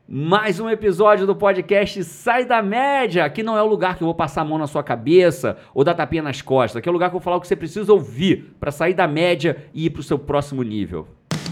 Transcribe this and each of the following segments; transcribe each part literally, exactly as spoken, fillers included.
Mais um episódio do podcast Sai da Média. Aqui não é o lugar que eu vou passar a mão na sua cabeça ou dar tapinha nas costas. Aqui é o lugar que eu vou falar o que você precisa ouvir para sair da média e ir para o seu próximo nível.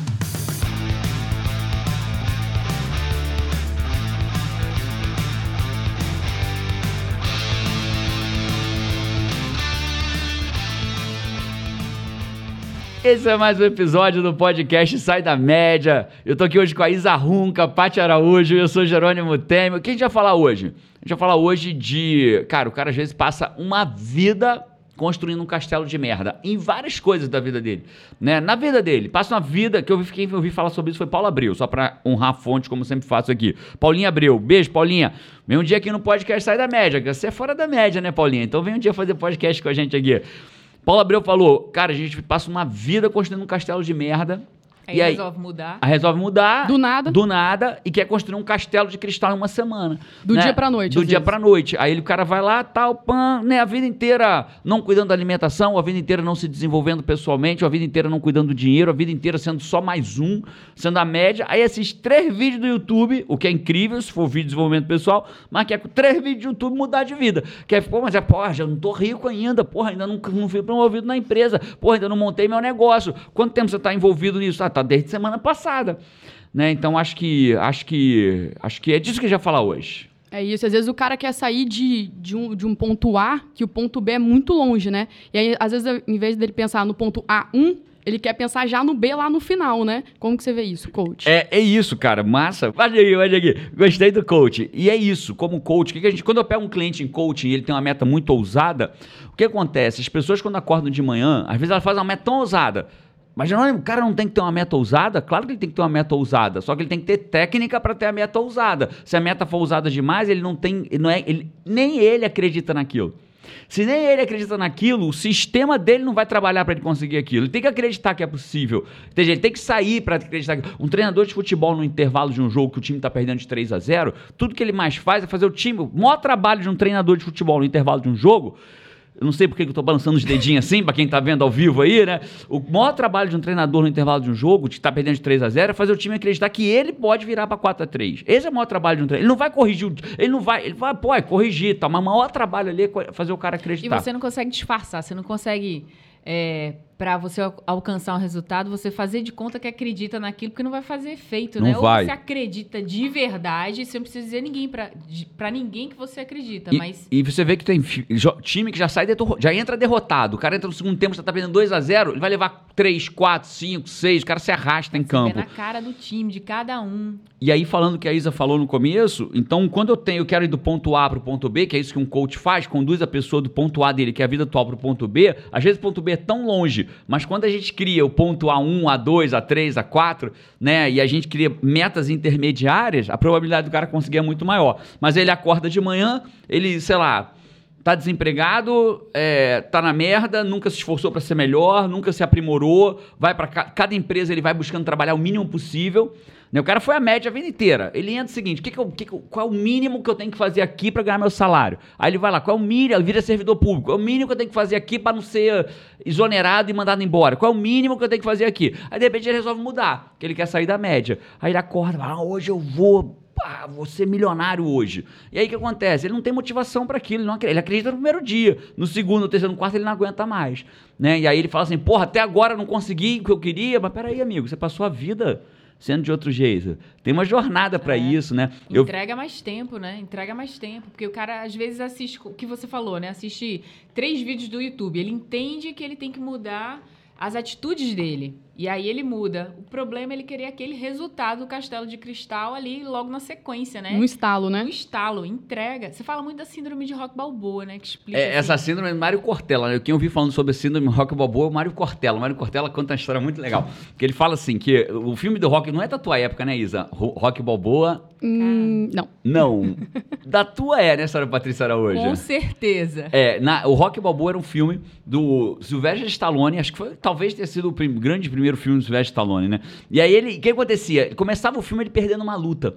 Esse é mais um episódio do podcast Sai da Média. Eu tô aqui hoje com a Isa Runca, Paty Araújo, eu sou Jerônimo Temer. O que a gente vai falar hoje? A gente vai falar hoje de... Cara, o cara às vezes passa uma vida construindo um castelo de merda em várias coisas da vida dele, né? Na vida dele, passa uma vida, que eu vi, quem eu ouvi falar sobre isso foi Paulo Abreu, só pra honrar a fonte, como sempre faço aqui. Paulinha Abreu, beijo, Paulinha. Vem um dia aqui no podcast Sai da Média, que você é fora da média, né, Paulinha? Então vem um dia fazer podcast com a gente aqui. Paulo Abreu falou, cara, a gente passa uma vida construindo um castelo de merda. Aí, e aí resolve mudar. Aí resolve mudar. Do nada. Do nada. E quer construir um castelo de cristal em uma semana. Do né? dia pra noite. Do dia vezes. pra noite. Aí o cara vai lá, tal, pan, né? A vida inteira não cuidando da alimentação, a vida inteira não se desenvolvendo pessoalmente, a vida inteira não cuidando do dinheiro, a vida inteira sendo só mais um, sendo a média. Aí assiste três vídeos do YouTube, o que é incrível, se for vídeo de desenvolvimento pessoal, mas quer com três vídeos do YouTube mudar de vida. Quer, pô, mas é, porra, já não tô rico ainda, porra, ainda não, não fui promovido na empresa, porra, ainda não montei meu negócio. Quanto tempo você tá envolvido nisso? Ah, tá desde semana passada. passada, né? Então acho que acho que acho que é disso que a gente vai falar hoje. É isso, às vezes o cara quer sair de, de, um, de um ponto A, que o ponto B é muito longe, né? E aí, às vezes, em vez dele pensar no ponto A um, ele quer pensar já no B lá no final, né? Como que você vê isso, coach? É, é isso, cara, massa. Vai aqui, vai aqui. Gostei do coach. E é isso, como coach, que que a gente, quando eu pego um cliente em coaching e ele tem uma meta muito ousada, o que acontece? As pessoas quando acordam de manhã, às vezes elas fazem uma meta tão ousada. Mas Jerônimo, o cara não tem que ter uma meta ousada? Claro que ele tem que ter uma meta ousada, só que ele tem que ter técnica para ter a meta ousada. Se a meta for ousada demais, ele não tem, não é, ele, nem ele acredita naquilo. Se nem ele acredita naquilo, o sistema dele não vai trabalhar para ele conseguir aquilo. Ele tem que acreditar que é possível. Ele tem que sair para acreditar. Um treinador de futebol no intervalo de um jogo que o time está perdendo de três a zero, tudo que ele mais faz é fazer o time... O maior trabalho de um treinador de futebol no intervalo de um jogo... Eu não sei porque que eu tô balançando os dedinhos assim, para quem tá vendo ao vivo aí, né? O maior trabalho de um treinador no intervalo de um jogo, que tá perdendo de três a zero, é fazer o time acreditar que ele pode virar para quatro a três. Esse é o maior trabalho de um treinador. Ele não vai corrigir, ele não vai, ele vai, pô, é corrigir, tá? Mas o maior trabalho ali é fazer o cara acreditar. E você não consegue disfarçar, você não consegue... É, para você al- alcançar um resultado, você fazer de conta que acredita naquilo, porque não vai fazer efeito, não né? Vai. Ou você acredita de verdade, você não precisa dizer ninguém pra, de, pra ninguém que você acredita, e, mas... E você vê que tem fi- time que já sai, detor- já entra derrotado. O cara entra no segundo tempo, você tá perdendo dois a zero, ele vai levar três, quatro, cinco, seis, o cara se arrasta em você campo. vê na cara do time, de cada um. E aí, falando o que a Isa falou no começo, então, quando eu tenho, eu quero ir do ponto A pro ponto B, que é isso que um coach faz, conduz a pessoa do ponto A dele, que é a vida atual, pro ponto B, às vezes o ponto B é tão longe, mas quando a gente cria o ponto A um, A dois, A três, A quatro, né, e a gente cria metas intermediárias, a probabilidade do cara conseguir é muito maior. Mas ele acorda de manhã, ele, sei lá, tá desempregado, é, tá na merda, nunca se esforçou para ser melhor, nunca se aprimorou, vai para ca- cada empresa ele vai buscando trabalhar o mínimo possível, né? O cara foi a média a vida inteira. Ele entra o seguinte, que que eu, que que eu, qual é o mínimo que eu tenho que fazer aqui para ganhar meu salário? Aí ele vai lá, qual é o mínimo, ele vira servidor público, qual é o mínimo que eu tenho que fazer aqui para não ser exonerado e mandado embora? Qual é o mínimo que eu tenho que fazer aqui? Aí de repente ele resolve mudar, que ele quer sair da média. Aí ele acorda, ah, hoje eu vou... Ah, vou ser milionário hoje. E aí o que acontece? Ele não tem motivação para aquilo, ele, não acredita, ele acredita no primeiro dia, no segundo, no terceiro, no quarto ele não aguenta mais, né? E aí ele fala assim, porra, até agora eu não consegui o que eu queria, mas peraí, amigo, você passou a vida sendo de outro jeito. Tem uma jornada para É. isso, né? Entrega eu... mais tempo, né? Entrega mais tempo, porque o cara às vezes assiste, o que você falou, né? Assiste três vídeos do YouTube, ele entende que ele tem que mudar as atitudes dele. E aí ele muda. O problema é ele querer aquele resultado do castelo de cristal ali logo na sequência, né? No estalo, né? No estalo, entrega. Você fala muito da síndrome de Rock Balboa, né? Que explica É, assim. essa síndrome é Mário Cortella, né? Quem eu vi falando sobre a síndrome de Rock Balboa é o Mário Cortella. O Mário Cortella conta uma história muito legal. Porque ele fala assim, que o filme do Rock não é da tua época, né, Isa? Ro- Rock Balboa... Hum, não. Não. Da tua é, né, senhora Patrícia Araújo? Com certeza. É, na, o Rock Balboa era um filme do Sylvester Stallone, acho que foi, talvez tenha sido o prim, grande primeiro filme do Sylvester Stallone, né? E aí ele, o que acontecia? Começava o filme ele perdendo uma luta.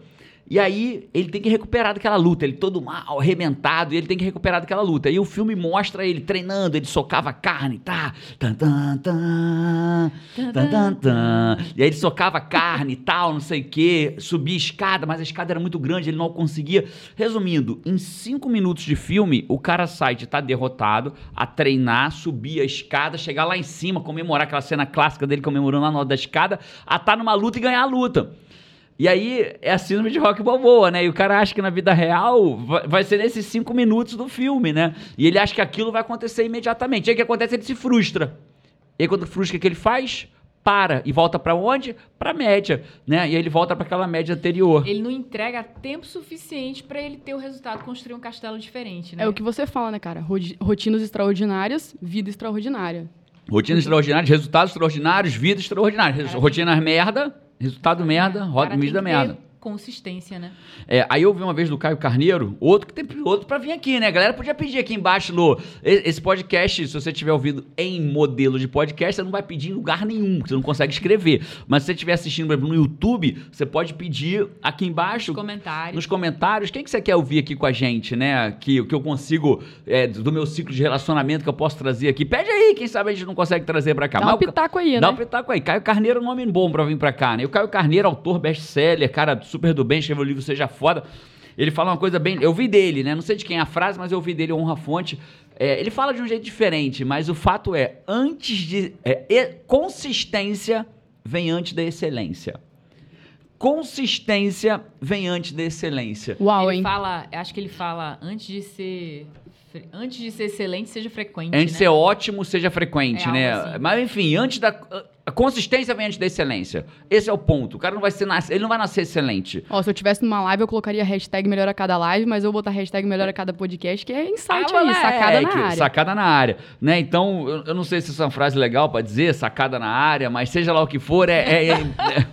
E aí, ele tem que recuperar daquela luta. Ele todo mal, arrebentado, e ele tem que recuperar daquela luta. E o filme mostra ele treinando, ele socava carne, tá? Tan, tan, tan, tan, tan, tan. E aí ele socava carne e tal, não sei o quê. Subia escada, mas a escada era muito grande, ele não conseguia. Resumindo, em cinco minutos de filme, o cara sai de estar derrotado, a treinar, subir a escada, chegar lá em cima, comemorar aquela cena clássica dele comemorando a nota da escada, a estar numa luta e ganhar a luta. E aí, é a síndrome de Rocky Balboa, né? E o cara acha que na vida real vai ser nesses cinco minutos do filme, né? E ele acha que aquilo vai acontecer imediatamente. E aí o que acontece? Ele se frustra. E aí quando frustra, o que ele faz? Para. E volta pra onde? Pra média, né? E aí ele volta pra aquela média anterior. Ele não entrega tempo suficiente pra ele ter o resultado, construir um castelo diferente, né? É o que você fala, né, cara? Rodi- Rotinas extraordinárias, vida extraordinária. Rotinas extraordinárias, resultados extraordinários, vida extraordinária. Cara, Rotinas merda... Resultado merda, roda mídia da merda. Consistência, né? É, aí eu vi uma vez do Caio Carneiro, outro que tem outro pra vir aqui, né? A galera podia pedir aqui embaixo no... Esse podcast, se você tiver ouvido em modelo de podcast, você não vai pedir em lugar nenhum, você não consegue escrever. Mas se você estiver assistindo, por exemplo, no YouTube, você pode pedir aqui embaixo... Nos comentários. Nos comentários. Quem que você quer ouvir aqui com a gente, né? Que, que eu consigo, é, do meu ciclo de relacionamento, que eu posso trazer aqui. Pede aí, quem sabe a gente não consegue trazer pra cá. Dá Mas um pitaco aí, Dá né? um pitaco aí. Caio Carneiro é um nome bom pra vir pra cá, né? E o Caio Carneiro, autor best-seller, cara super do bem, escreveu o livro Seja Foda. Ele fala uma coisa bem... Eu vi dele, né? Não sei de quem é a frase, mas eu vi dele, Honra Fonte. É, ele fala de um jeito diferente, mas o fato é, antes de... É, e- consistência vem antes da excelência. Consistência vem antes da excelência. Uau, Ele hein? fala, acho que ele fala, antes de ser, fre- antes de ser excelente, seja frequente, Antes de né? ser ótimo, seja frequente, É né? algo assim. Mas enfim, antes da... A consistência vem antes da excelência. Esse é o ponto. O cara não vai ser... nas- Ele não vai nascer excelente. Ó, se eu tivesse numa live, eu colocaria hashtag melhor a cada live, mas eu vou botar hashtag melhor a cada podcast, que é insight Ah, aí, moleque, sacada na área. Sacada na área, né? Então, eu, eu não sei se isso é uma frase legal pra dizer, sacada na área, mas seja lá o que for, é... é- é-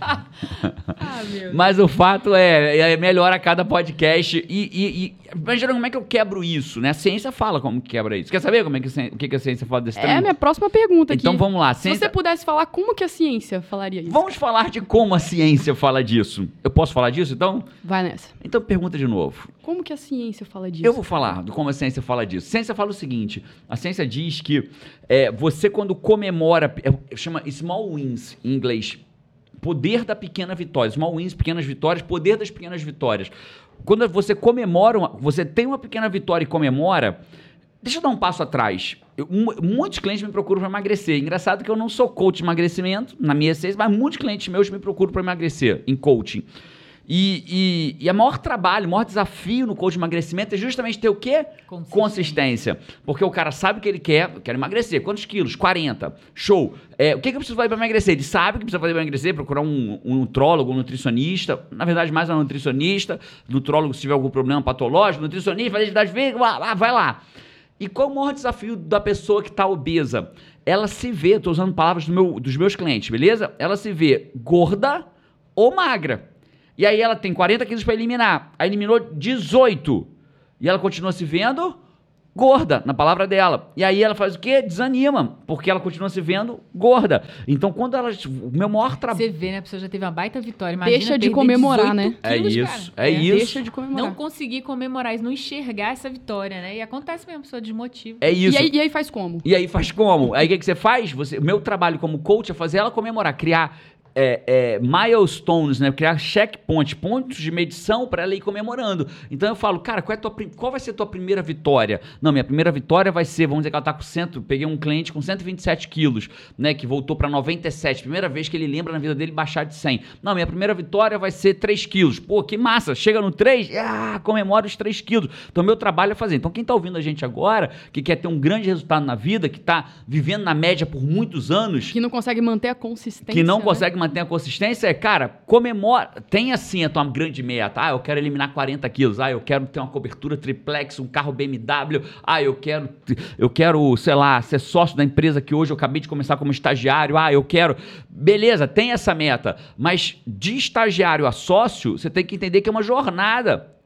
Ah, meu mas o fato é, é melhor a cada podcast e... e, e mas, Geraldo, como é que eu quebro isso, né? A ciência fala como que quebra isso. Quer saber como é que, a ci- o que que a ciência fala desse É trem? a minha próxima pergunta aqui. Então, vamos lá. Se Ciência... você pudesse falar como que a ciência falaria isso. Vamos falar de como a ciência fala disso. Eu posso falar disso, então? Vai nessa. Então, pergunta de novo. Como que a ciência fala disso? Eu vou falar de como a ciência fala disso. A ciência fala o seguinte: a ciência diz que é, você, quando comemora, é, chama small wins em inglês, poder da pequena vitória. Small wins, pequenas vitórias, poder das pequenas vitórias. Quando você comemora, uma, você tem uma pequena vitória e comemora. Deixa eu dar um passo atrás. Eu, mu- muitos clientes me procuram para emagrecer. Engraçado que eu não sou coach de emagrecimento, na minha essência, mas muitos clientes meus me procuram para emagrecer em coaching. E, e, e o maior trabalho, o maior desafio no coach de emagrecimento é justamente ter o quê? Consistência. Consistência. Porque o cara sabe o que ele quer, eu quero emagrecer. Quantos quilos? quarenta. Show. É, o que, que eu preciso fazer para emagrecer? Ele sabe o que precisa fazer para emagrecer, procurar um, um nutrólogo, um nutricionista. Na verdade, mais um nutricionista. Nutrólogo, se tiver algum problema patológico, nutricionista, fazer atividade física, vai lá, vai lá. E qual o maior desafio da pessoa que está obesa? Ela se vê, estou usando palavras do meu, dos meus clientes, beleza? Ela se vê gorda ou magra. E aí ela tem quarenta quilos para eliminar. Aí eliminou dezoito. E ela continua se vendo gorda, na palavra dela. E aí ela faz o quê? Desanima, porque ela continua se vendo gorda. Então, quando ela... O meu maior trabalho... Você vê, né? A pessoa já teve uma baita vitória. Imagina Deixa de perder comemorar, dezoito né? É quilos, isso, cara. é isso. Deixa de comemorar. Não conseguir comemorar isso, não enxergar essa vitória, né? E acontece mesmo, a pessoa desmotiva. É isso. E aí, e aí faz como? E aí faz como? Aí o que, que você faz? Você, meu trabalho como coach é fazer ela comemorar, criar é, é, milestones, né? Criar checkpoints, pontos de medição para ela ir comemorando. Então eu falo, cara, qual, é a tua, prim- qual vai ser a tua primeira vitória? Não, minha primeira vitória vai ser, vamos dizer que ela tá com cem, peguei um cliente com cento e vinte e sete quilos, né? Que voltou para noventa e sete, primeira vez que ele lembra na vida dele baixar de cem. Não, minha primeira vitória vai ser três quilos. Pô, que massa! Chega no três, ah, comemora os três quilos. Então meu trabalho é fazer. Então quem tá ouvindo a gente agora, que quer ter um grande resultado na vida, que tá vivendo na média por muitos anos, Que não consegue manter a consistência. que não né? consegue manter a consistência, é, cara, comemora, tem assim a tua grande meta. Ah, eu quero eliminar quarenta quilos. Ah, eu quero ter uma cobertura triplex, um carro B M W. Ah, eu quero, eu quero, sei lá, ser sócio da empresa que hoje eu acabei de começar como estagiário. Ah, eu quero... Beleza, tem essa meta. Mas de estagiário a sócio, você tem que entender que é uma jornada.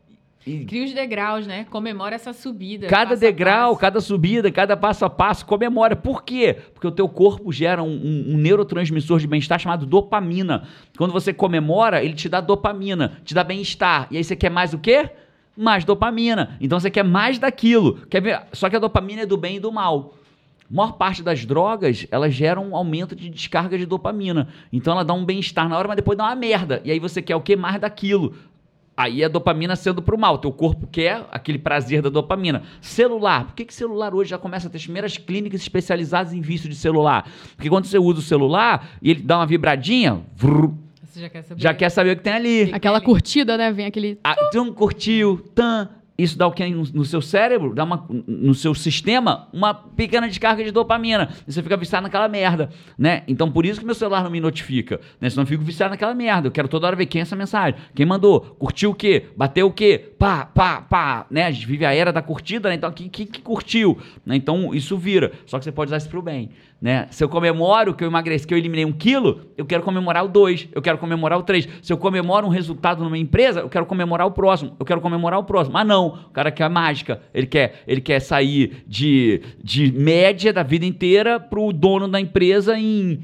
E Cria os degraus, né? Comemora essa subida. cada passo a degrau, passo. cada subida, cada passo a passo, comemora. Por quê? Porque o teu corpo gera um, um, um neurotransmissor de bem-estar chamado dopamina. Quando você comemora, ele te dá dopamina, te dá bem-estar. E aí você quer mais o quê? Mais dopamina. Então você quer mais daquilo. Quer ver? Só que a dopamina é do bem e do mal. A maior parte das drogas, elas geram um aumento de descarga de dopamina. Então ela dá um bem-estar na hora, mas depois dá uma merda. E aí você quer o quê? Mais daquilo. Aí a dopamina sendo pro mal. Teu corpo quer aquele prazer da dopamina. Celular. Por que que celular hoje já começa a ter as primeiras clínicas especializadas em vício de celular? Porque quando você usa o celular e ele dá uma vibradinha, vrr, Você já quer saber? já quer saber o que tem ali. Aquela curtida, né? Vem aquele... Ah, tu não curtiu, tan. Isso dá o que no, no seu cérebro, dá uma, no seu sistema, uma pequena descarga de dopamina. E você fica viciado naquela merda, né? Então, por isso que meu celular não me notifica, né? Senão eu fico viciado naquela merda. Eu quero toda hora ver quem é essa mensagem. Quem mandou? Curtiu o quê? Bateu o quê? Pá, pá, pá, né? A gente vive a era da curtida, né? Então, quem, quem que curtiu? Né? Então, isso vira. Só que você pode usar isso pro bem, né? Se eu comemoro que eu emagreci, que eu eliminei um quilo, eu quero comemorar o dois, eu quero comemorar o três. Se eu comemoro um resultado numa empresa, eu quero comemorar o próximo, eu quero comemorar o próximo. Mas não, o cara quer mágica, ele quer, ele quer sair de, de média da vida inteira pro dono da empresa em,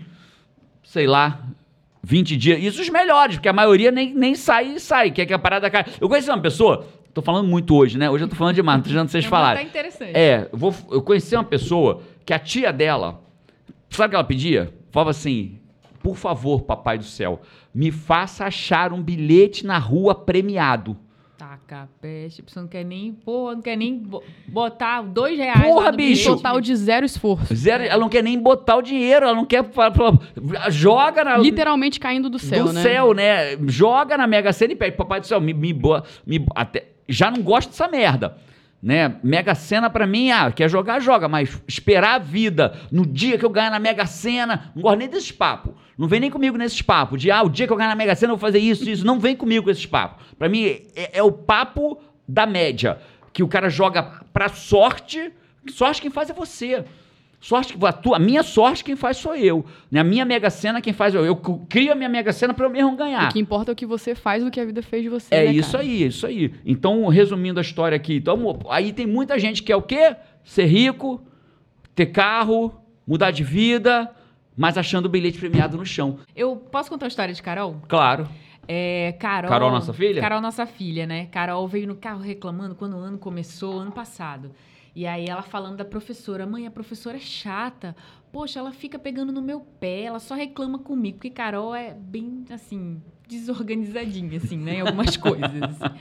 sei lá, vinte dias. Isso os melhores, porque a maioria nem, nem sai e sai, quer que a parada caia. Eu conheci uma pessoa, tô falando muito hoje, né? Hoje eu tô falando demais, não tô deixando vocês falarem. Tá interessante. É, eu, vou, eu conheci uma pessoa que a tia dela, sabe o que ela pedia? Falava assim, por favor, papai do céu, me faça achar um bilhete na rua premiado. Taca peste, a pessoa não quer nem, pô, não quer nem bo- botar dois reais. Porra, lá no bicho! bilhete. Total de zero esforço. Zero, ela não quer nem botar o dinheiro, ela não quer... fa- fa- Joga na... Literalmente caindo do céu, do né? céu, né? Joga na Mega Sena e pede, papai do céu, me, me, bo- me bo- até, já não gosto dessa merda, né? Mega Sena pra mim, ah, quer jogar, joga, mas esperar a vida no dia que eu ganhar na Mega Sena, não gosto nem desses papos. Não vem nem comigo nesses papos de, ah, o dia que eu ganhar na Mega Sena eu vou fazer isso, isso. Não vem comigo com esses papos. Pra mim, é, é o papo da média, que o cara joga pra sorte, sorte quem faz é você. Sorte, a, tua, a minha sorte quem faz sou eu. Né? A minha Mega Sena quem faz eu. Eu crio a minha Mega Sena pra eu mesmo ganhar. O que importa é o que você faz do que a vida fez de você, É né, isso cara? aí, isso aí. Então, resumindo a história aqui, então, aí tem muita gente que quer o quê? Ser rico, ter carro, mudar de vida, mas achando o bilhete premiado no chão. Eu posso contar a história de Carol? Claro. É, Carol... Carol, nossa filha? Carol, nossa filha, né? Carol veio no carro reclamando quando o ano começou, ano passado. E aí ela falando da professora, mãe, a professora é chata. Poxa, ela fica pegando no meu pé, ela só reclama comigo, porque Carol é bem, assim, desorganizadinha, assim, né? Em algumas coisas, assim.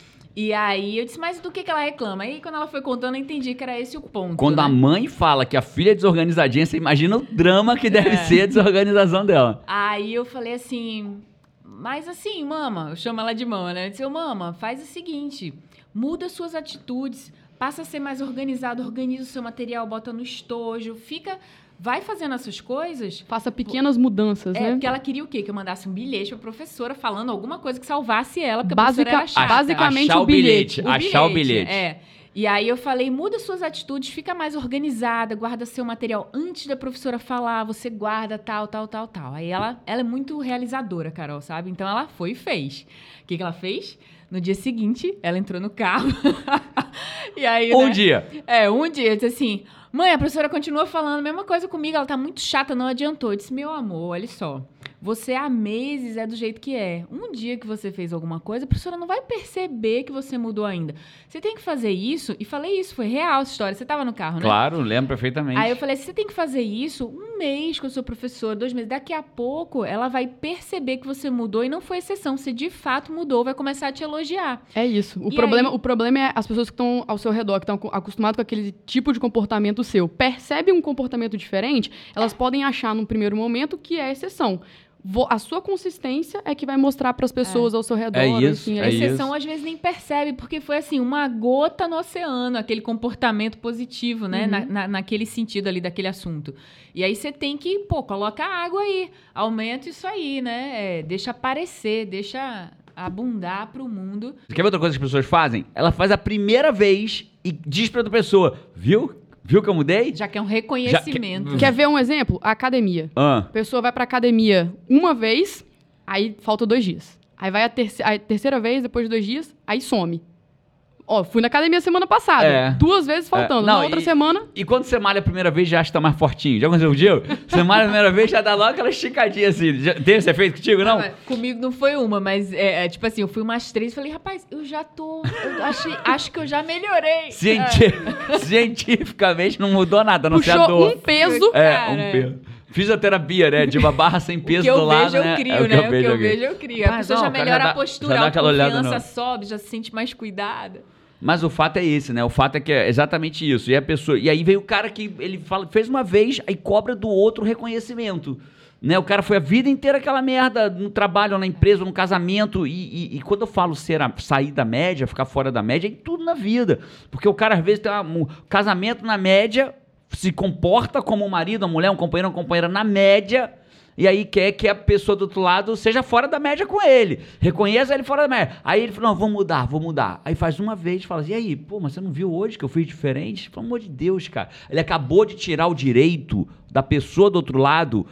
E aí eu disse, mas do que, que ela reclama? Aí quando ela foi contando, eu entendi que era esse o ponto. Quando né? a mãe fala que a filha é desorganizadinha, você imagina o drama que deve É. ser a desorganização dela. Aí eu falei assim, mas assim, mama, eu chamo ela de mama, né? Eu disse, ô mama, faz o seguinte, muda suas atitudes, passa a ser mais organizado, organiza o seu material, bota no estojo, fica, vai fazendo essas coisas. Faça pequenas mudanças, É, né? porque ela queria o quê? Que eu mandasse um bilhete pra professora falando alguma coisa que salvasse ela, porque a Basica- professora era chata. basicamente Achar o o bilhete. bilhete. Achar o bilhete. É. E aí eu falei, muda suas atitudes, fica mais organizada, guarda seu material antes da professora falar, você guarda tal, tal, tal, tal. Aí ela, ela é muito realizadora, Carol, sabe? Então ela foi e fez. O que, que ela fez? No dia seguinte, ela entrou no carro. E aí, Um né? dia. É, um dia, eu disse assim, mãe, a professora continua falando a mesma coisa comigo, ela tá muito chata, não adiantou. Eu disse, meu amor, olha só, você há meses é do jeito que é. Um dia que você fez alguma coisa, a professora não vai perceber que você mudou ainda. Você tem que fazer isso, e falei isso, foi real essa história, você tava no carro, né? Claro, lembro perfeitamente. Aí eu falei, você tem que fazer isso um mês com a sua professora, dois meses. Daqui a pouco, ela vai perceber que você mudou e não foi exceção. Você de fato mudou, vai começar a te elogiar. É isso. O E problema, aí? o problema é as pessoas que estão ao seu redor, que estão acostumadas com aquele tipo de comportamento seu. Percebem um comportamento diferente, elas podem achar num primeiro momento que é exceção. Vo- A sua consistência é que vai mostrar para as pessoas ao seu redor. É isso, assim, é A isso. exceção, às vezes, nem percebe, porque foi, assim, uma gota no oceano, aquele comportamento positivo, né? Uhum. Na, na- naquele sentido ali, daquele assunto. E aí você tem que, pô, coloca água aí, aumenta isso aí, né? É, deixa aparecer, deixa abundar pro mundo. Quer ver outra coisa que as pessoas fazem? Ela faz a primeira vez e diz pra outra pessoa, viu? Viu que eu mudei? Já que é um reconhecimento. Quer ver um exemplo? A academia. Ah, A pessoa vai pra academia uma vez, aí falta dois dias. Aí vai a, terce- a terceira vez, depois de dois dias, aí some. Ó, fui na academia semana passada. É. Duas vezes faltando. É. Não, na outra e, semana... E quando você malha a primeira vez, já acha que tá mais fortinho. Já aconteceu contigo? Você malha a primeira vez, já dá logo aquela esticadinha assim. Já, teve esse efeito contigo, não? Não, comigo não foi uma, mas é, é, tipo assim, eu fui umas três e falei, rapaz, eu já tô... Eu achei, acho que eu já melhorei. Cienti... É. Cientificamente não mudou nada, a não ser a Puxou dor. um peso. É, Cara, um peso. Fisioterapia, né? De uma barra sem peso do lado, né? né? O que É eu o vejo, que eu crio, né? O que eu vejo, eu crio. A Mas pessoa não, já o cara melhora já dá- a postura, já dá a aquela olhada confiança no- sobe, já se sente mais cuidada. Mas o fato é esse, né? O fato é que é exatamente isso. E a pessoa, e aí veio o cara que ele fala, fez uma vez, aí cobra do outro reconhecimento. Né? O cara foi a vida inteira aquela merda no trabalho, ou na empresa, ou no casamento. E, e- e quando eu falo ser a- sair da média, ficar fora da média, é em tudo na vida. Porque o cara, às vezes, tem uma- um casamento na média, se comporta como um marido, uma mulher, um companheiro, uma companheira na média. E aí quer que a pessoa do outro lado seja fora da média com ele. Reconheça ele fora da média. Aí ele fala, não, vou mudar, vou mudar. Aí faz uma vez e fala assim, e aí, pô, mas você não viu hoje que eu fiz diferente? Pelo amor de Deus, cara. Ele acabou de tirar o direito da pessoa do outro lado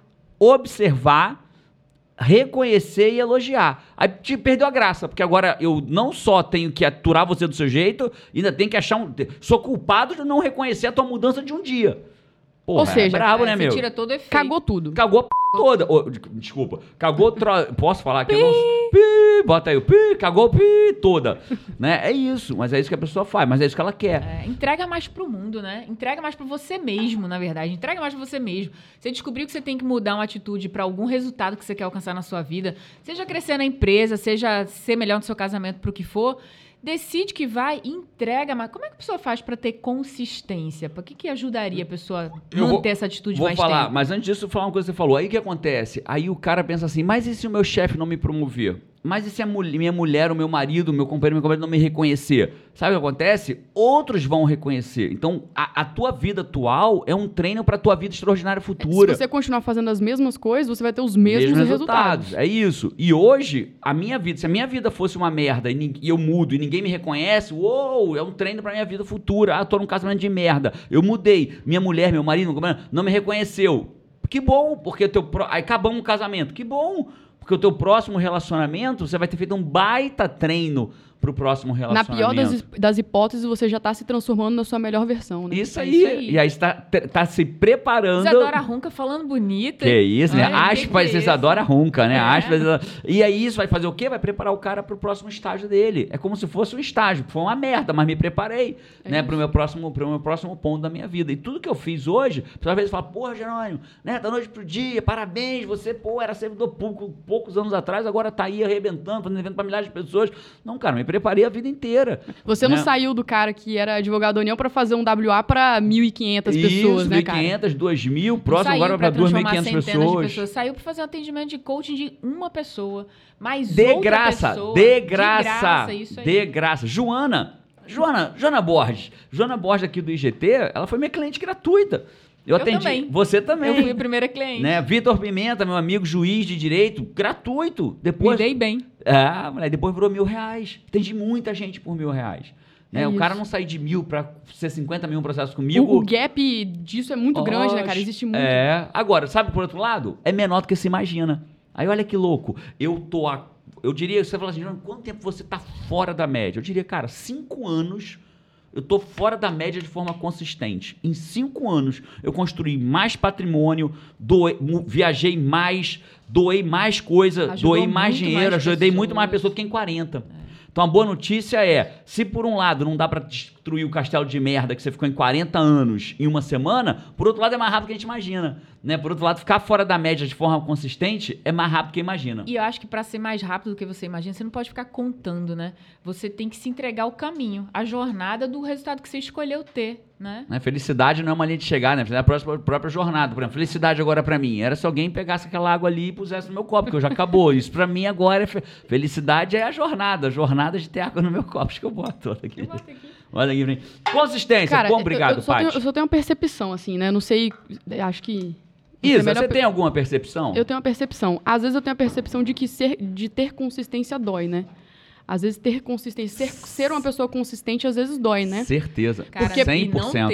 observar, reconhecer e elogiar. Aí te perdeu a graça, porque agora eu não só tenho que aturar você do seu jeito, ainda tenho que achar um... Sou culpado de não reconhecer a tua mudança de um dia. Porra, Ou seja, é brabo, É, né, você meu? tira todo o efeito. Cagou tudo. Cagou a p toda. Ô, de- desculpa. Cagou... Tro... Posso falar que eu não... Pi, bota aí o pi, cagou pi toda. Né? É isso. Mas é isso que a pessoa faz. Mas é isso que ela quer. É, entrega mais pro mundo, né? Entrega mais pra você mesmo, na verdade. Entrega mais pra você mesmo. Você descobriu que você tem que mudar uma atitude pra algum resultado que você quer alcançar na sua vida, seja crescer na empresa, seja ser melhor no seu casamento, pro que for, decide que vai e entrega mais. Como é que a pessoa faz pra ter consistência? Por que que ajudaria a pessoa a Eu vou- manter essa atitude Vou mais falar, tempo? mas antes disso, eu vou falar uma coisa que você falou. Aí o que acontece? Aí o cara pensa assim, mas e se o meu chefe não me promover? Mas e se a mul- minha mulher, o meu marido, o meu companheiro, meu companheiro não me reconhecer? Sabe o que acontece? Outros vão reconhecer. Então, a, a tua vida atual é um treino para a tua vida extraordinária futura. Se você continuar fazendo as mesmas coisas, você vai ter os mesmos, resultados. É isso. E hoje, a minha vida, se a minha vida fosse uma merda e, nin- e eu mudo e ninguém me reconhece, uou, é um treino pra minha vida futura. Ah, tô num casamento de merda. Eu mudei. Minha mulher, meu marido, meu companheiro, não me reconheceu. Que bom, porque o teu pro... aí acabamos o casamento. Que bom, porque o teu próximo relacionamento, você vai ter feito um baita treino pro próximo Na relacionamento. pior das, das hipóteses, você já tá se transformando na sua melhor versão, né? Isso É aí. isso aí. E aí você tá, tá se preparando. Isadora Runca falando bonita. Que isso, né? Olha, que Aspas, que é Isadora Runca, né? É. Aspas, Isadora- E aí isso vai fazer o quê? Vai preparar o cara pro próximo estágio dele. É como se fosse um estágio. Foi uma merda, mas me preparei, É né? isso. Pro meu, próximo, pro meu próximo ponto da minha vida. E tudo que eu fiz hoje, às vezes fala, porra, Jerônimo, né? Da noite pro dia, parabéns, você, pô, era servidor público poucos anos atrás, agora tá aí arrebentando, fazendo evento pra milhares de pessoas. Não, cara, me preparei a vida inteira. Você não né? saiu do cara que era advogado da União pra fazer um W A pra mil e quinhentas pessoas, Isso, né, cara? mil e quinhentas, duas mil, Não próximo saiu agora pra duas mil e transformar quinhentas centenas pessoas. de pessoas. Saiu pra fazer um atendimento de coaching de uma pessoa. Mais De outra graça, pessoa. de graça, De graça, isso aí. de graça. Joana, Joana, Joana Borges. Joana Borges aqui do I G T, ela foi minha cliente gratuita. Eu, Eu atendi. também. Você também. Eu fui a primeira cliente. Né? Vitor Pimenta, meu amigo juiz de direito, gratuito. Me Depois, dei bem. ah, moleque, depois virou mil reais. Atendi muita gente por mil reais. Né? É o cara isso. não sair de mil pra ser cinquenta mil um processo O, comigo. o gap disso é muito grande, né, cara? Existe muito. É. Agora, sabe por outro lado? É menor do que se imagina. Aí olha que louco. Eu tô a, eu diria, você fala assim, João, quanto tempo você tá fora da média? Eu diria, cara, cinco anos eu tô fora da média de forma consistente. Em cinco anos eu construí mais patrimônio, doei, mu- viajei mais, doei mais coisa, Ajudou doei mais muito dinheiro, mais ajudei muito mais pessoas. pessoas do que em quarenta. Então a boa notícia é, se por um lado não dá pra destruir o castelo de merda que você ficou em quarenta anos em uma semana, por outro lado é mais rápido que a gente imagina, né? Por outro lado, ficar fora da média de forma consistente é mais rápido que imagina. E eu acho que pra ser mais rápido do que você imagina, você não pode ficar contando, né? Você tem que se entregar o caminho, a jornada do resultado que você escolheu ter, né? Né? Felicidade não é uma linha de chegar, né? É a própria, própria jornada. Por exemplo, felicidade agora pra mim era se alguém pegasse aquela água ali e pusesse no meu copo, que eu já acabou. Isso pra mim agora é... Fe... Felicidade é a jornada, a jornada de ter água no meu copo. Acho que eu boto aqui. Eu boto aqui. Olha aqui pra mim. Consistência, Cara, bom, eu- obrigado, eu, só tenho, Paty. eu só tenho uma percepção, assim, né? Não sei, acho que... Isa, é melhor você pe- tem alguma percepção? Eu tenho uma percepção. Às vezes eu tenho a percepção de que ser, de ter consistência dói, né? Às vezes ter consistência, ser, ser uma pessoa consistente às vezes dói, né? Certeza. Cara, Porque- e não cem por cento. ter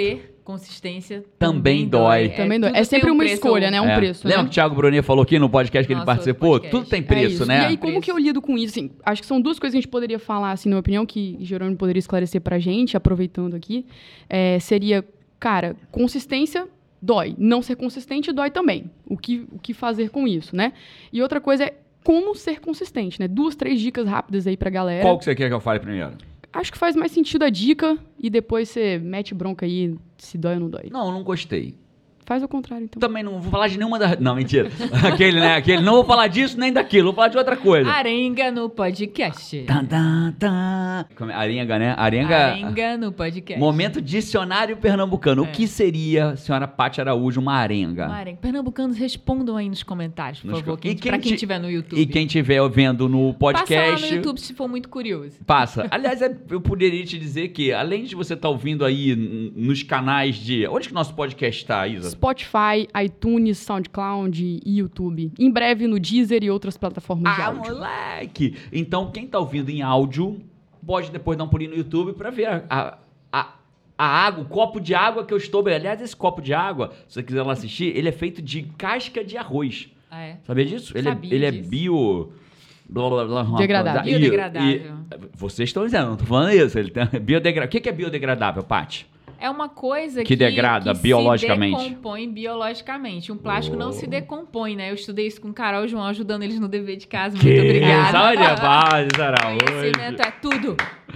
consistência Também dói. Também dói. tudo É sempre tem um uma preço. escolha, né? Um É. preço, Lembra né? que o Thiago Brunet falou aqui no podcast que ele Nosso participou? outro podcast. Tudo tem É preço, isso. né? E aí, como Preço. que eu lido com isso? Assim, acho que são duas coisas que a gente poderia falar, assim, na minha opinião, que Jerônimo poderia esclarecer pra gente, aproveitando aqui. É, seria, cara, consistência dói. Não ser consistente dói também. O que, o que fazer com isso, né? E outra coisa é como ser consistente, né? Duas, três dicas rápidas aí pra galera. Qual que você quer que eu fale primeiro? Acho que faz mais sentido a dica e depois você mete bronca aí se dói ou não dói. Não, não gostei. Faz ao contrário, então. Também não vou falar de nenhuma das... Não, mentira. Aquele, né? Aquele. Não vou falar disso nem daquilo. Vou falar de outra coisa. Arenga no podcast. Tan, tan, tan. Como é? Arenga, né? Arenga... Arenga no podcast. Momento dicionário pernambucano. É. O que seria, senhora Paty Araújo, uma arenga? Uma arenga. Pernambucanos, respondam aí nos comentários, por Nos favor. co- Quem, e quem pra quem te- estiver no YouTube. E quem estiver vendo no podcast... Passa lá no YouTube se for muito curioso. Passa. Aliás, é- eu poderia te dizer que, além de você estar ouvindo aí n- nos canais de... Onde que nosso podcast está, Isa? Spotify, iTunes, SoundCloud e YouTube. Em breve no Deezer e outras plataformas de Ah, áudio. moleque! Então, quem tá ouvindo em áudio, pode depois dar um pulinho no YouTube pra ver a, a, a, a água, o copo de água que eu estou... Aliás, esse copo de água, se você quiser lá assistir, ele é feito de casca de arroz. Ah, é? Sabia disso? Ele, é, Sabia ele é disso. bio... blá, blá, blá, uma Degradável. coisa- e- Biodegradável. e- vocês estão dizendo, não tô falando isso. Ele tem, biodegra... O que que é biodegradável, Paty? É uma coisa Que que, degrada que biologicamente. se decompõe biologicamente. Um plástico Oh. não se decompõe, né? Eu estudei isso com Carol e João, ajudando eles no dever de casa. Que Muito obrigada. Olha, Paty Araújo. Conhecimento é tudo.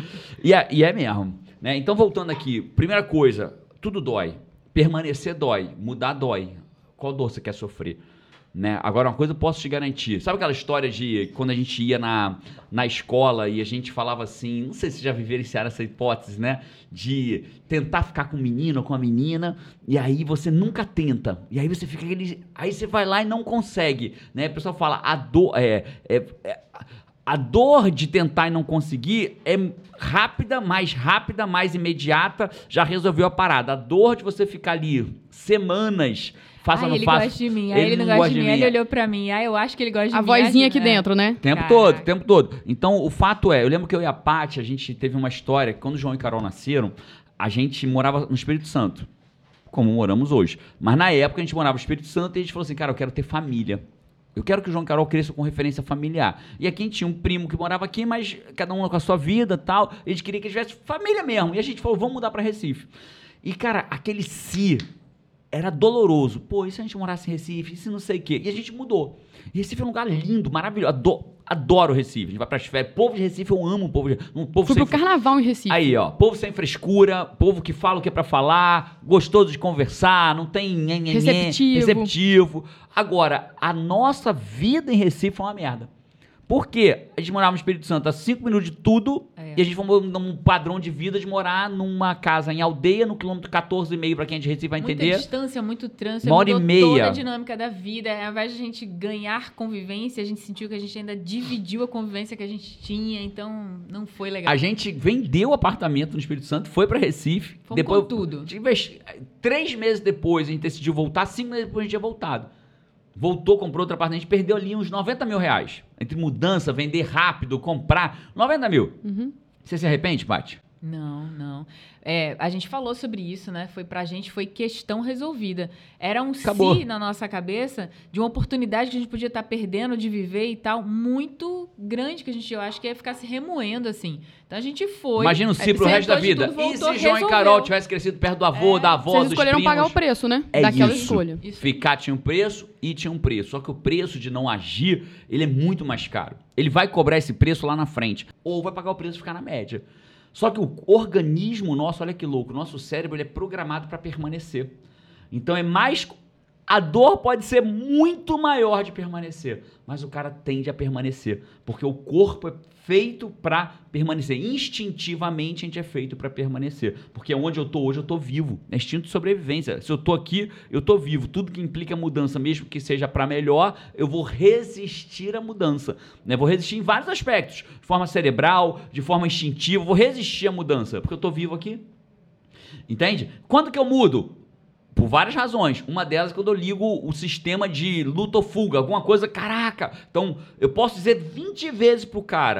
E é, e é mesmo, né? Então, voltando aqui, primeira coisa, tudo dói. Permanecer dói, mudar dói. Qual dor você quer sofrer? Né? Agora, uma coisa eu posso te garantir. Sabe aquela história de quando a gente ia na, na escola e a gente falava assim, não sei se já vivenciaram essa hipótese, né? De tentar ficar com um menino ou com a menina, e aí você nunca tenta. E aí você fica aquele. Aí você vai lá e não consegue. Né? O pessoal fala, a dor. É, é, é, a dor de tentar e não conseguir é rápida, mais rápida, mais imediata, já resolveu a parada. A dor de você ficar ali semanas, faça ou Ai, não ele faça. gosta de mim. Aí ele não gosta de mim. Aí ele olhou pra mim. Aí eu acho que ele gosta de A mim. vozinha Ai, aqui é. dentro, né? O tempo Caraca. todo, o tempo todo. Então, o fato é, eu lembro que eu e a Paty, a gente teve uma história, que quando o João e Carol nasceram, a gente morava no Espírito Santo, como moramos hoje. Mas na época a gente morava no Espírito Santo e a gente falou assim, cara, eu quero ter família. Eu quero que o João e Carol cresçam com referência familiar. E aqui a gente tinha um primo que morava aqui, mas cada um com a sua vida e tal. A gente queria que tivesse família mesmo. E a gente falou, vamos mudar pra Recife. E, cara, aquele si era doloroso. Pô, e se a gente morasse em Recife? E se não sei o quê? E a gente mudou. E Recife é um lugar lindo, maravilhoso. Adoro, adoro Recife. A gente vai pras férias. Povo de Recife, eu amo o povo de um povo Fui sem pro carnaval em Recife. Aí, ó, povo sem frescura, povo que fala o que é pra falar, gostoso de conversar, não tem nhe, nhe, nhe, Receptivo. receptivo. Agora, a nossa vida em Recife foi uma merda. Por quê? A gente morava no Espírito Santo a cinco minutos de tudo É. e a gente foi num padrão de vida de morar numa casa em aldeia, no quilômetro quatorze e meio, pra quem é de Recife vai Muita entender. distância, muito trânsito. Uma hora e mudou meia. toda a dinâmica da vida. Ao invés de a gente ganhar convivência, a gente sentiu que a gente ainda dividiu a convivência que a gente tinha. Então, não foi legal. A gente vendeu o apartamento no Espírito Santo, foi pra Recife. Fomos depois, com tudo. Tive- Três meses depois a gente decidiu voltar, cinco meses depois a gente tinha voltado. Voltou, comprou outra parte, a gente perdeu ali uns noventa mil reais. Entre mudança, vender rápido, comprar, noventa mil. Uhum. Você se arrepende, Paty? Não, não. É, a gente falou sobre isso, né? Foi pra gente, foi questão resolvida. Era um Acabou. si na nossa cabeça de uma oportunidade que a gente podia estar perdendo de viver e tal, muito grande, que a gente, eu acho que ia ficar se remoendo, assim. Então a gente foi. Imagina o si aí pro resto da sentou de vida. tudo, E voltou, se João e resolveu. Carol tivessem crescido perto do avô, É. da avó, Vocês dos escolheram primos? pagar o preço, né? É Daquela isso. escolha. Isso. Ficar tinha um preço e tinha um preço. Só que o preço de não agir, ele é muito mais caro. Ele vai cobrar esse preço lá na frente. Ou vai pagar o preço e ficar na média. Só que o organismo nosso, olha que louco, o nosso cérebro ele é programado para permanecer. Então é mais... A dor pode ser muito maior de permanecer, mas o cara tende a permanecer, porque o corpo é feito para permanecer. Instintivamente a gente é feito para permanecer, porque onde eu tô hoje eu tô vivo, é instinto de sobrevivência. Se eu tô aqui, eu tô vivo. Tudo que implica mudança, mesmo que seja para melhor, eu vou resistir à mudança, né? Vou resistir em vários aspectos, de forma cerebral, de forma instintiva, vou resistir à mudança, porque eu tô vivo aqui. Entende? Quando que eu mudo? Por várias razões. Uma delas é quando eu ligo o sistema de luta ou fuga, alguma coisa, caraca. Então, eu posso dizer vinte vezes pro cara,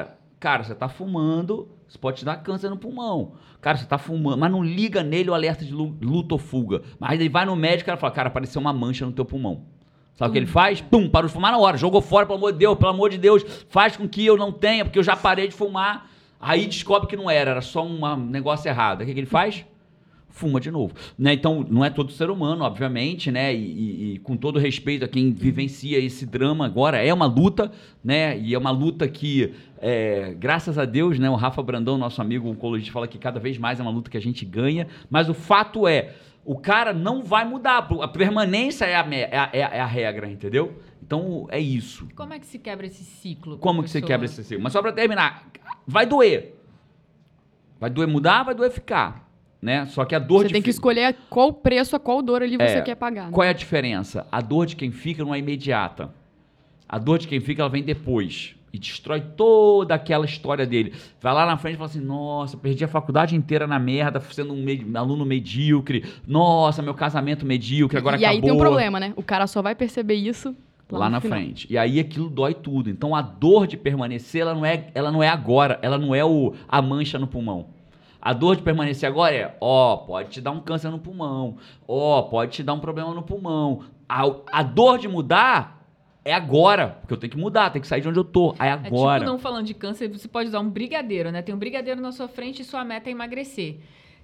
Cara, você tá fumando, isso pode te dar câncer no pulmão. Cara, você tá fumando, mas não liga nele o alerta de luta ou fuga. Mas ele vai no médico e ela fala, cara, apareceu uma mancha no teu pulmão. Sabe o que ele faz? Pum, parou de fumar na hora, jogou fora, pelo amor de Deus, pelo amor de Deus, faz com que eu não tenha, porque eu já parei de fumar. Aí descobre que não era, era só um negócio errado. O que, que ele faz? Fuma de novo. Né? Então, não é todo ser humano, obviamente, né? E, e, e com todo respeito a quem vivencia esse drama agora, é uma luta, né? E é uma luta que, é, graças a Deus, né? O Rafa Brandão, nosso amigo oncologista, fala que cada vez mais é uma luta que a gente ganha, mas o fato é, o cara não vai mudar, a permanência é a, é a, é a regra, entendeu? Então, é isso. Como é que se quebra esse ciclo? Como professor? Que você quebra esse ciclo? Mas só pra terminar, vai doer. Vai doer mudar, vai doer ficar. Né? Só que a dor você de tem que escolher qual preço, a qual dor ali você é, quer pagar. Né? Qual é a diferença? A dor de quem fica não é imediata. A dor de quem fica, ela vem depois. E destrói toda aquela história dele. Vai lá na frente e fala assim, nossa, perdi a faculdade inteira na merda, sendo um me- aluno medíocre. Nossa, meu casamento medíocre, agora e acabou. E aí tem um problema, né? O cara só vai perceber isso lá, lá na final. frente. E aí aquilo dói tudo. Então a dor de permanecer, ela não é, ela não é agora. Ela não é o, a mancha no pulmão. A dor de permanecer agora é, ó, pode te dar um câncer no pulmão, ó, pode te dar um problema no pulmão. A, a dor de mudar é agora, porque eu tenho que mudar, tenho que sair de onde eu tô, é agora. É tipo, não falando de câncer, você pode usar um brigadeiro, né? Tem um brigadeiro na sua frente e sua meta é emagrecer.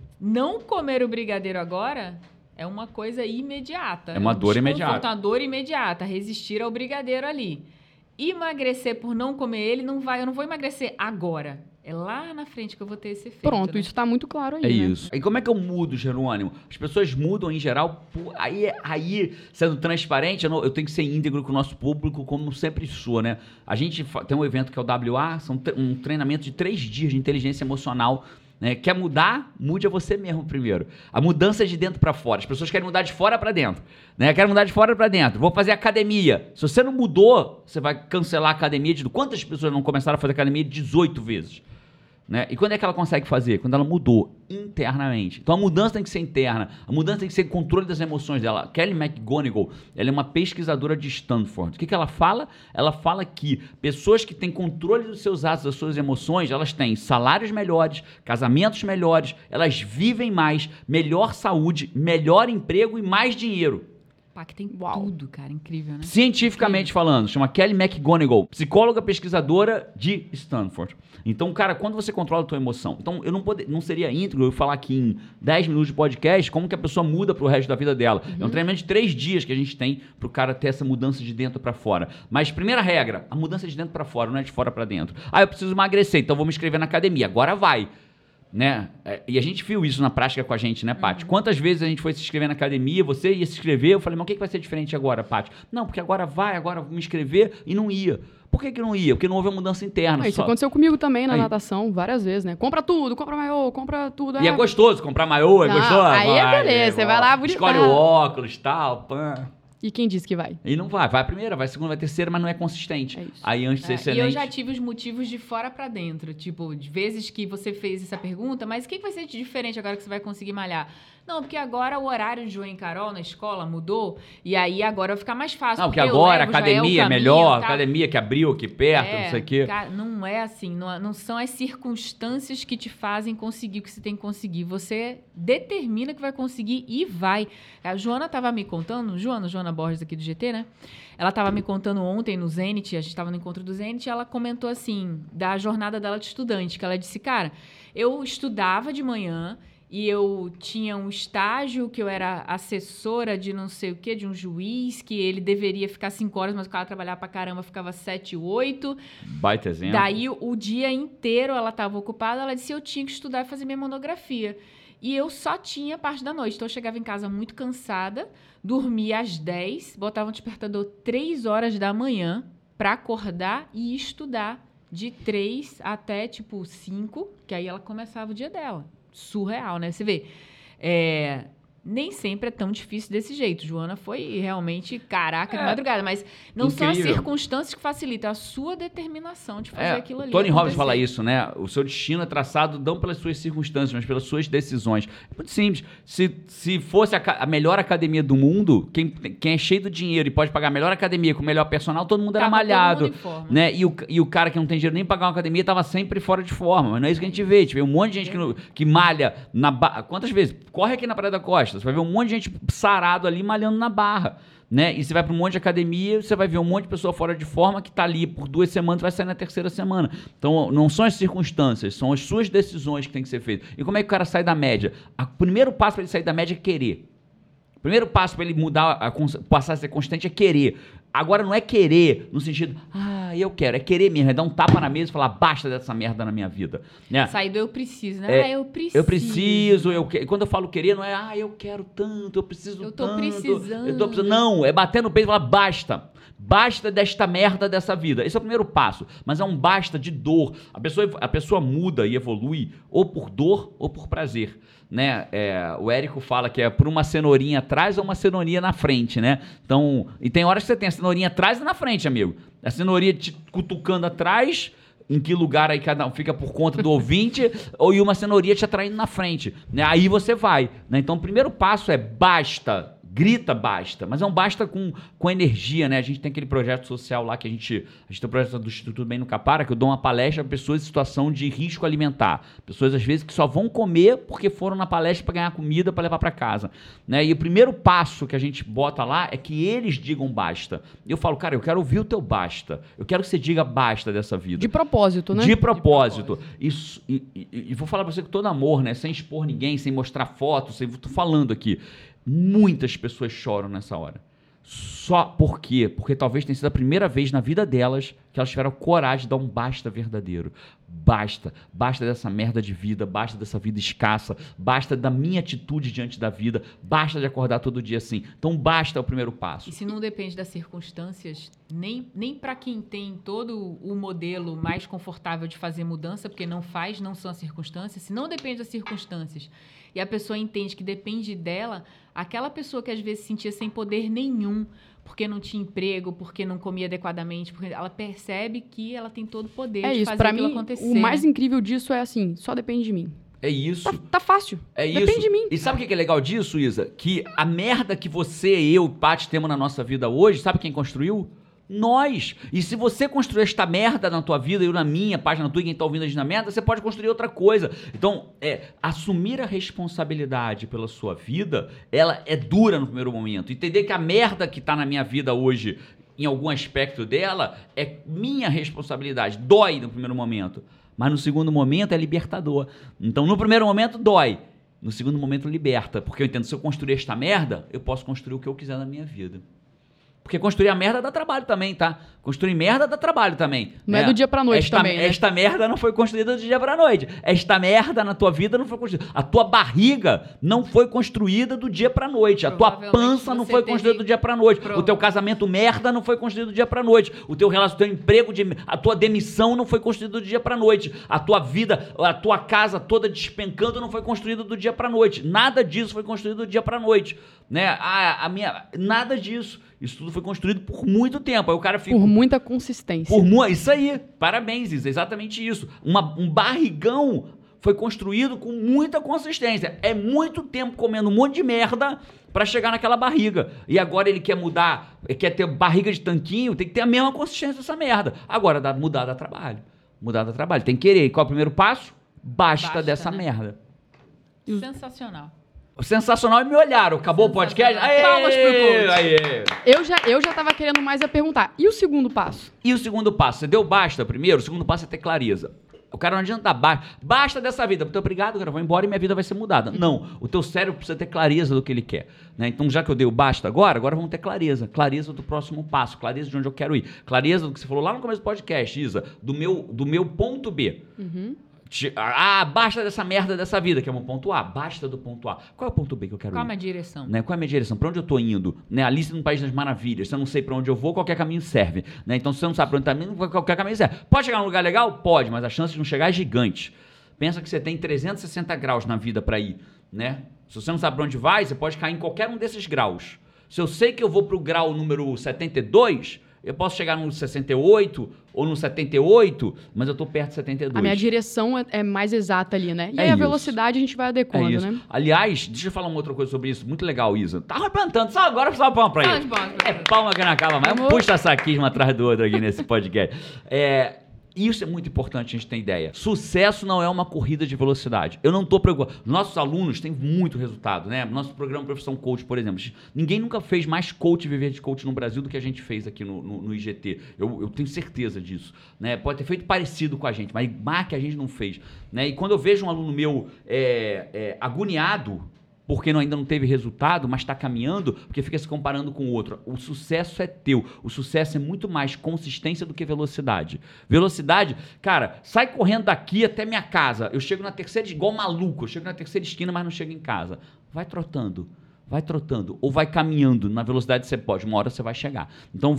Não comer o brigadeiro agora é uma coisa imediata. É uma dor imediata. É uma dor imediata, resistir ao brigadeiro ali. Emagrecer por não comer ele, não vai, eu não vou emagrecer agora. É lá na frente que eu vou ter esse efeito. Pronto, né? isso tá muito claro aí, É né? isso. E como é que eu mudo, Jerônimo? As pessoas mudam em geral. Por... Aí, aí, sendo transparente, eu, não, eu tenho que ser íntegro com o nosso público, como sempre sou, né? A gente tem um evento que é o W A, são um treinamento de três dias de inteligência emocional. Né? Quer mudar? Mude a você mesmo primeiro. A mudança é de dentro para fora. As pessoas querem mudar de fora para dentro. Né? Querem mudar de fora para dentro. Vou fazer academia. Se você não mudou, você vai cancelar a academia. De... Quantas pessoas não começaram a fazer academia dezoito vezes? Né? E quando é que ela consegue fazer? Quando ela mudou internamente. Então a mudança tem que ser interna. A mudança tem que ser controle das emoções dela. Kelly McGonigal, ela é uma pesquisadora de Stanford. O que, que ela fala? Ela fala que pessoas que têm controle dos seus atos, das suas emoções, elas têm salários melhores, casamentos melhores, elas vivem mais, melhor saúde, melhor emprego e mais dinheiro. Pá, que tem Uau. tudo, cara. Incrível, né? Cientificamente incrível. falando, chama Kelly McGonigal, psicóloga pesquisadora de Stanford. Então, cara, quando você controla a tua emoção, então eu não, pode, não seria íntegro eu falar aqui em dez minutos de podcast como que a pessoa muda pro resto da vida dela. Uhum. É um treinamento de três dias que a gente tem pro cara ter essa mudança de dentro para fora. Mas, primeira regra, a mudança é de dentro para fora, não é de fora para dentro. Ah, eu preciso emagrecer, então vou me inscrever na academia. Agora vai. Né? E a gente viu isso na prática com a gente, né, Paty? Uhum. Quantas vezes a gente foi se inscrever na academia, você ia se inscrever, eu falei, mas o que, que vai ser diferente agora, Paty? Não, porque agora vai, agora vou me inscrever e não ia. Por que que não ia? Porque não houve a mudança interna. Ah, isso só. aconteceu comigo também na aí. natação, várias vezes, né? Compra tudo, compra maiô, compra tudo. E é, é gostoso, comprar maiô, é não, gostoso. Aí vai, é beleza, você vai lá bonitão. Escolhe o óculos e tal, pã. E quem disse que vai? E não vai. Vai a primeira, vai a segunda, vai a terceira, mas não é consistente. É isso. Aí antes de ser é, excelente... E eu já tive os motivos de fora pra dentro. Tipo, de vezes que você fez essa pergunta, mas o que vai ser de diferente agora que você vai conseguir malhar? Não, porque agora o horário de João e Carol na escola mudou, e aí agora vai ficar mais fácil. Não, porque, porque agora a levo, academia é, é melhor, tá? academia que abriu aqui perto, é, não sei o quê. Cara, não é assim, não, não são as circunstâncias que te fazem conseguir o que você tem que conseguir. Você determina que vai conseguir e vai. A Joana estava me contando, Joana, Joana Borges aqui do G T, né? Ela estava me contando ontem no Zenit, a gente estava no encontro do Zenit, e ela comentou assim, da jornada dela de estudante, que ela disse, cara, eu estudava de manhã, e eu tinha um estágio que eu era assessora de não sei o quê, de um juiz, que ele deveria ficar cinco horas, mas o cara trabalhava pra caramba, ficava sete, oito. Baita exemplo. Daí, o dia inteiro ela estava ocupada, ela disse, eu tinha que estudar e fazer minha monografia. E eu só tinha parte da noite. Então, eu chegava em casa muito cansada, dormia às dez, botava um despertador três horas da manhã pra acordar e estudar de três até, tipo, cinco, que aí ela começava o dia dela. Surreal, né? Você vê, é, Nem sempre é tão difícil desse jeito. Joana foi realmente, caraca, de É. madrugada. Mas não são as Incrível. circunstâncias que facilitam, a sua determinação de fazer É, aquilo ali. Tony Robbins acontecer. fala isso, né? O seu destino é traçado não pelas suas circunstâncias, mas pelas suas decisões. É muito simples. Se, se fosse a, ca- a melhor academia do mundo, quem, quem é cheio do dinheiro e pode pagar a melhor academia com o melhor personal, todo mundo era Tava todo malhado. mundo em forma. Né? E, o, e o cara que não tem dinheiro nem pra pagar uma academia tava sempre fora de forma. Mas não é isso que a gente vê. A gente vê um monte de gente que, no- que malha na barra. Quantas vezes? Corre aqui na Praia da Costa. Você vai ver um monte de gente sarado ali malhando na barra. Né? E você vai para um monte de academia, você vai ver um monte de pessoa fora de forma que tá ali por duas semanas e vai sair na terceira semana. Então, não são as circunstâncias, são as suas decisões que tem que ser feitas. E como é que o cara sai da média? O primeiro passo para ele sair da média é querer. O primeiro passo para ele mudar, a, cons- passar a ser constante é querer. Agora não é querer no sentido, ah, eu quero, é querer mesmo, é dar um tapa na mesa e falar, basta dessa merda na minha vida. Né? Sair do eu preciso, né? É, ah, eu preciso. Eu preciso, eu que... quando eu falo querer, não é, ah, eu quero tanto, eu preciso Eu tô tanto. precisando. Eu tô precisando. Não, é bater no peito e falar, basta. Basta desta merda dessa vida. Esse é o primeiro passo. Mas é um basta de dor. A pessoa, a pessoa muda e evolui ou por dor ou por prazer. Né? É, o Érico fala que é por uma cenourinha atrás ou uma cenourinha na frente, né? Então, e tem horas que você tem a cenourinha atrás e na frente, amigo. A cenourinha te cutucando atrás, em que lugar aí cada um fica por conta do ouvinte, ou e uma cenourinha te atraindo na frente. Né? Aí você vai. Né? Então, o primeiro passo é basta. Grita basta, mas é um basta com, com energia, né? A gente tem aquele projeto social lá que a gente... A gente tem um projeto do Instituto Bem no Capara, que eu dou uma palestra para pessoas em situação de risco alimentar. Pessoas, às vezes, que só vão comer porque foram na palestra para ganhar comida para levar para casa. Né? E o primeiro passo que a gente bota lá é que eles digam basta. E eu falo, cara, eu quero ouvir o teu basta. Eu quero que você diga basta dessa vida. De propósito, né? De propósito. Isso, e, e- e vou falar pra você com todo amor, né? Sem expor ninguém, sem mostrar fotos, sem, tô falando aqui. Muitas pessoas choram nessa hora. Só por quê? Porque talvez tenha sido a primeira vez na vida delas que elas tiveram coragem de dar um basta verdadeiro. Basta. Basta dessa merda de vida, basta dessa vida escassa, basta da minha atitude diante da vida, basta de acordar todo dia assim. Então basta é o primeiro passo. E se não depende das circunstâncias, nem, nem para quem tem todo o modelo mais confortável de fazer mudança, porque não faz, não são as circunstâncias, se não depende das circunstâncias e a pessoa entende que depende dela, aquela pessoa que às vezes se sentia sem poder nenhum, porque não tinha emprego, porque não comia adequadamente, porque ela percebe que ela tem todo o poder É de isso, fazer pra aquilo mim, acontecer. o mais incrível disso é assim, só depende de mim. É isso. Tá, tá fácil. É Depende isso. de mim. E sabe o que que é legal disso, Isa? Que a merda que você, eu e Paty temos na nossa vida hoje, sabe quem construiu? Nós. E se você construir esta merda na tua vida, eu na minha, página tua e quem tá ouvindo a gente na merda, você pode construir outra coisa. Então, é, assumir a responsabilidade pela sua vida, ela é dura no primeiro momento. Entender que a merda que tá na minha vida hoje, em algum aspecto dela, é minha responsabilidade. Dói no primeiro momento. Mas no segundo momento é libertador. Então, no primeiro momento, dói. No segundo momento, liberta. Porque eu entendo, se eu construir esta merda, eu posso construir o que eu quiser na minha vida. Porque construir a merda dá trabalho também, tá? Construir merda dá trabalho também. Não é do dia pra noite esta, também, né? Esta merda não foi construída do dia pra noite. Esta merda na tua vida não foi construída. A tua barriga não foi construída do dia pra noite. A tua Provavelmente pança não você foi teve- construída do dia pra noite. Prova- O teu casamento merda não foi construído do dia pra noite. O teu relacionamento, teu emprego, de, a tua demissão não foi construída do dia pra noite. A tua vida, a tua casa toda despencando não foi construída do dia pra noite. Nada disso foi construído do dia pra noite. Né? A, a minha, nada disso. Isso tudo foi construído por muito tempo. Aí o cara fica... Por muita consistência. Por mu- isso aí, parabéns, Isa, exatamente isso. Uma- um barrigão foi construído com muita consistência. É muito tempo comendo um monte de merda pra chegar naquela barriga. E agora ele quer mudar, ele quer ter barriga de tanquinho, tem que ter a mesma consistência dessa merda. Agora, dá, mudar dá trabalho. Mudar dá trabalho. Tem que querer. E qual é o primeiro passo? Basta, Basta, dessa né? merda. Sensacional. Sensacional, e me olharam. Acabou o podcast? Aê, Palmas pro coach. aê. Eu já, eu já tava querendo mais a perguntar. E o segundo passo? E o segundo passo? Você deu basta primeiro? O segundo passo é ter clareza. O cara não adianta dar basta. Basta dessa vida. Muito obrigado, cara. Vou embora e minha vida vai ser mudada. Não. O teu cérebro precisa ter clareza do que ele quer. Né? Então, já que eu dei o basta agora, agora vamos ter clareza. Clareza do próximo passo. Clareza de onde eu quero ir. Clareza do que você falou lá no começo do podcast, Isa. Do meu, do meu ponto B. Uhum. Ti- Ah, basta dessa merda dessa vida, que é um ponto A. Basta do ponto A. Qual é o ponto B que eu quero Qual ir? é a direção? Né? Qual é a minha direção? Pra onde eu tô indo? Né? Alice no País das Maravilhas. Se eu não sei pra onde eu vou, qualquer caminho serve. Né? Então, se você não sabe pra onde tá indo, qualquer caminho serve. Pode chegar num lugar legal? Pode, mas a chance de não chegar é gigante. Pensa que você tem trezentos e sessenta graus na vida pra ir, né? Se você não sabe para onde vai, você pode cair em qualquer um desses graus. Se eu sei que eu vou para o grau número setenta e dois, eu posso chegar no sessenta e oito ou no setenta e oito, mas eu tô perto de setenta e dois. A minha direção é, é mais exata ali, né? E É aí a isso. velocidade a gente vai adequando, É isso. né? Aliás, deixa eu falar uma outra coisa sobre isso. Muito legal, Isa. Tava plantando, só agora só palma pra Salve ele. de palmas, É professor. palma que não acaba mais. Um Vamos. puxa-saquismo atrás do outro aqui nesse podcast. É... Isso é muito importante a gente ter ideia. Sucesso não é uma corrida de velocidade. Eu não estou preocupado. Nossos alunos têm muito resultado, né? Nosso programa Profissão Coach, por exemplo. Ninguém nunca fez mais coach e viver de coach no Brasil do que a gente fez aqui no, no, no I G T. Eu, eu tenho certeza disso. Né? Pode ter feito parecido com a gente, mas mais que a gente não fez. Né? E quando eu vejo um aluno meu é, é, agoniado, porque não, ainda não teve resultado, mas está caminhando, porque fica se comparando com o outro. O sucesso é teu. O sucesso é muito mais consistência do que velocidade. Velocidade, cara, sai correndo daqui até minha casa. Eu chego na terceira, igual maluco, eu chego na terceira esquina, mas não chego em casa. Vai trotando. Vai trotando. Ou vai caminhando na velocidade que você pode. Uma hora você vai chegar. Então,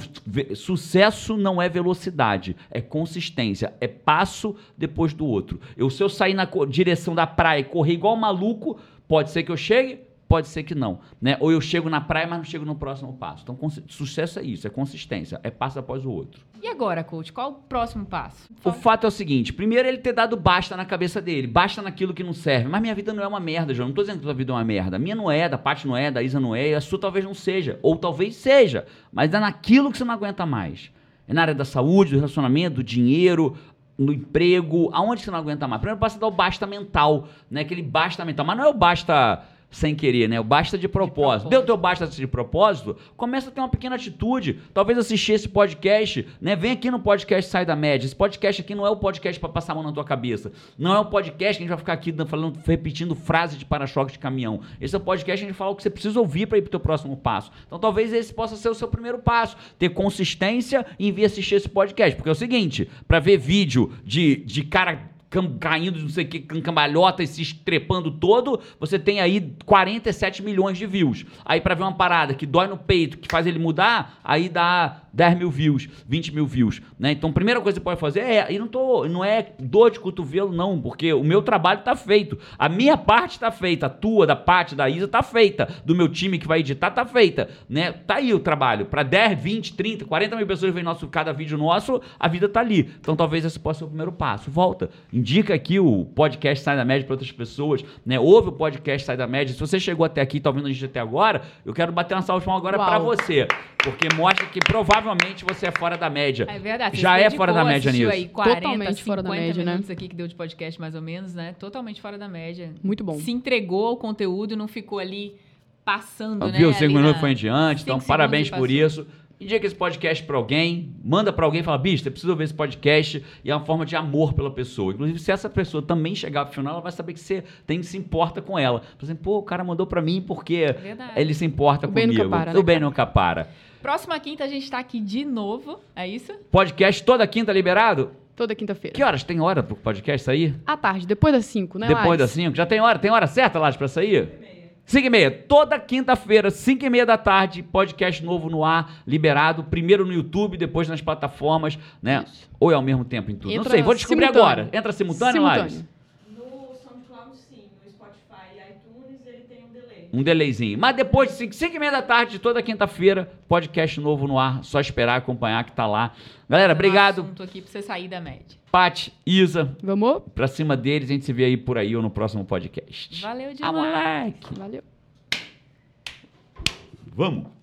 sucesso não é velocidade. É consistência. É passo depois do outro. Eu, se eu sair na direção da praia e correr igual maluco, pode ser que eu chegue, pode ser que não. Né? Ou eu chego na praia, mas não chego no próximo passo. Então, sucesso é isso, é consistência, é passo após o outro. E agora, coach, qual o próximo passo? O fato é o seguinte, primeiro ele ter dado basta na cabeça dele, basta naquilo que não serve. Mas minha vida não é uma merda, João. Não tô dizendo que a tua vida é uma merda. A minha não é, da Paty não é, da Isa não é, e a sua talvez não seja. Ou talvez seja, mas é naquilo que você não aguenta mais. É na área da saúde, do relacionamento, do dinheiro, no emprego, aonde você não aguenta mais? Primeiro passa a dar o basta mental, né? Aquele basta mental, mas não é o basta sem querer, né? O basta de propósito. De propósito. Deu o teu basta de propósito, começa a ter uma pequena atitude. Talvez assistir esse podcast, né? Vem aqui no podcast Sai da Média. Esse podcast aqui não é o podcast para passar a mão na tua cabeça. Não é o podcast que a gente vai ficar aqui falando, repetindo frase de para-choque de caminhão. Esse é o podcast que a gente fala o que você precisa ouvir para ir pro teu próximo passo. Então talvez esse possa ser o seu primeiro passo. Ter consistência em vir assistir esse podcast. Porque é o seguinte, para ver vídeo de, de cara caindo de não sei o que, com cambalhota e se estrepando todo, você tem aí quarenta e sete milhões de views. Aí pra ver uma parada que dói no peito, que faz ele mudar, aí dá dez mil views, vinte mil views, né? Então, a primeira coisa que você pode fazer é, e não, tô, não é dor de cotovelo não, porque o meu trabalho tá feito, a minha parte tá feita, a tua, da Paty, da Isa tá feita, do meu time que vai editar tá feita, né? Tá aí o trabalho, pra dez, vinte, trinta, quarenta mil pessoas verem nosso, cada vídeo nosso, a vida tá ali. Então, talvez esse possa ser o primeiro passo. Volta, indica aqui o podcast Sai da Média para outras pessoas, né? Ouve o podcast Sai da Média. Se você chegou até aqui, tá ouvindo a gente até agora, eu quero bater uma salva de palmas agora para você, porque mostra que provavelmente você é fora da média. É verdade. Já é fora da média nisso. Aí quarenta, totalmente fora da média, minutos né? aqui que deu de podcast mais ou menos, né? Totalmente fora da média. Muito bom. Se entregou ao conteúdo, não ficou ali passando, né? Viu? Cinco minutos na... foi em diante, então Cinco parabéns segundos por passou. isso. Indica esse podcast pra alguém, manda pra alguém e fala, bicho, você precisa ouvir esse podcast, e é uma forma de amor pela pessoa. Inclusive, se essa pessoa também chegar ao final, ela vai saber que você tem, se importa com ela. Por exemplo, pô, o cara mandou pra mim porque Verdade. ele se importa O bem comigo. nunca para, né, O bem cara? nunca para. Próxima quinta a gente tá aqui de novo, é isso? Podcast toda quinta liberado? Toda quinta-feira. Que horas? Tem hora pro podcast sair? À tarde, depois das cinco, né, Depois Lages? das cinco? Já tem hora? Tem hora certa, Lages, pra sair? cinco e meia. Toda quinta-feira, cinco e meia da tarde, podcast novo no ar, liberado. Primeiro no YouTube, depois nas plataformas, né? Isso. Ou é ao mesmo tempo em tudo? Não Entra sei, vou descobrir simultâneo. agora. Entra simultâneo, Lages? No SoundCloud, sim. No Spotify e iTunes, ele tem um delay. Um delayzinho. Mas depois de cinco, cinco e meia da tarde, toda quinta-feira, podcast novo no ar. Só esperar, acompanhar que tá lá. Galera, obrigado. Assunto aqui pra você sair da média. Paty, Isa, Vamos? pra cima deles. A gente se vê aí por aí ou no próximo podcast. Valeu Ah, demais. moleque. Valeu. Vamos.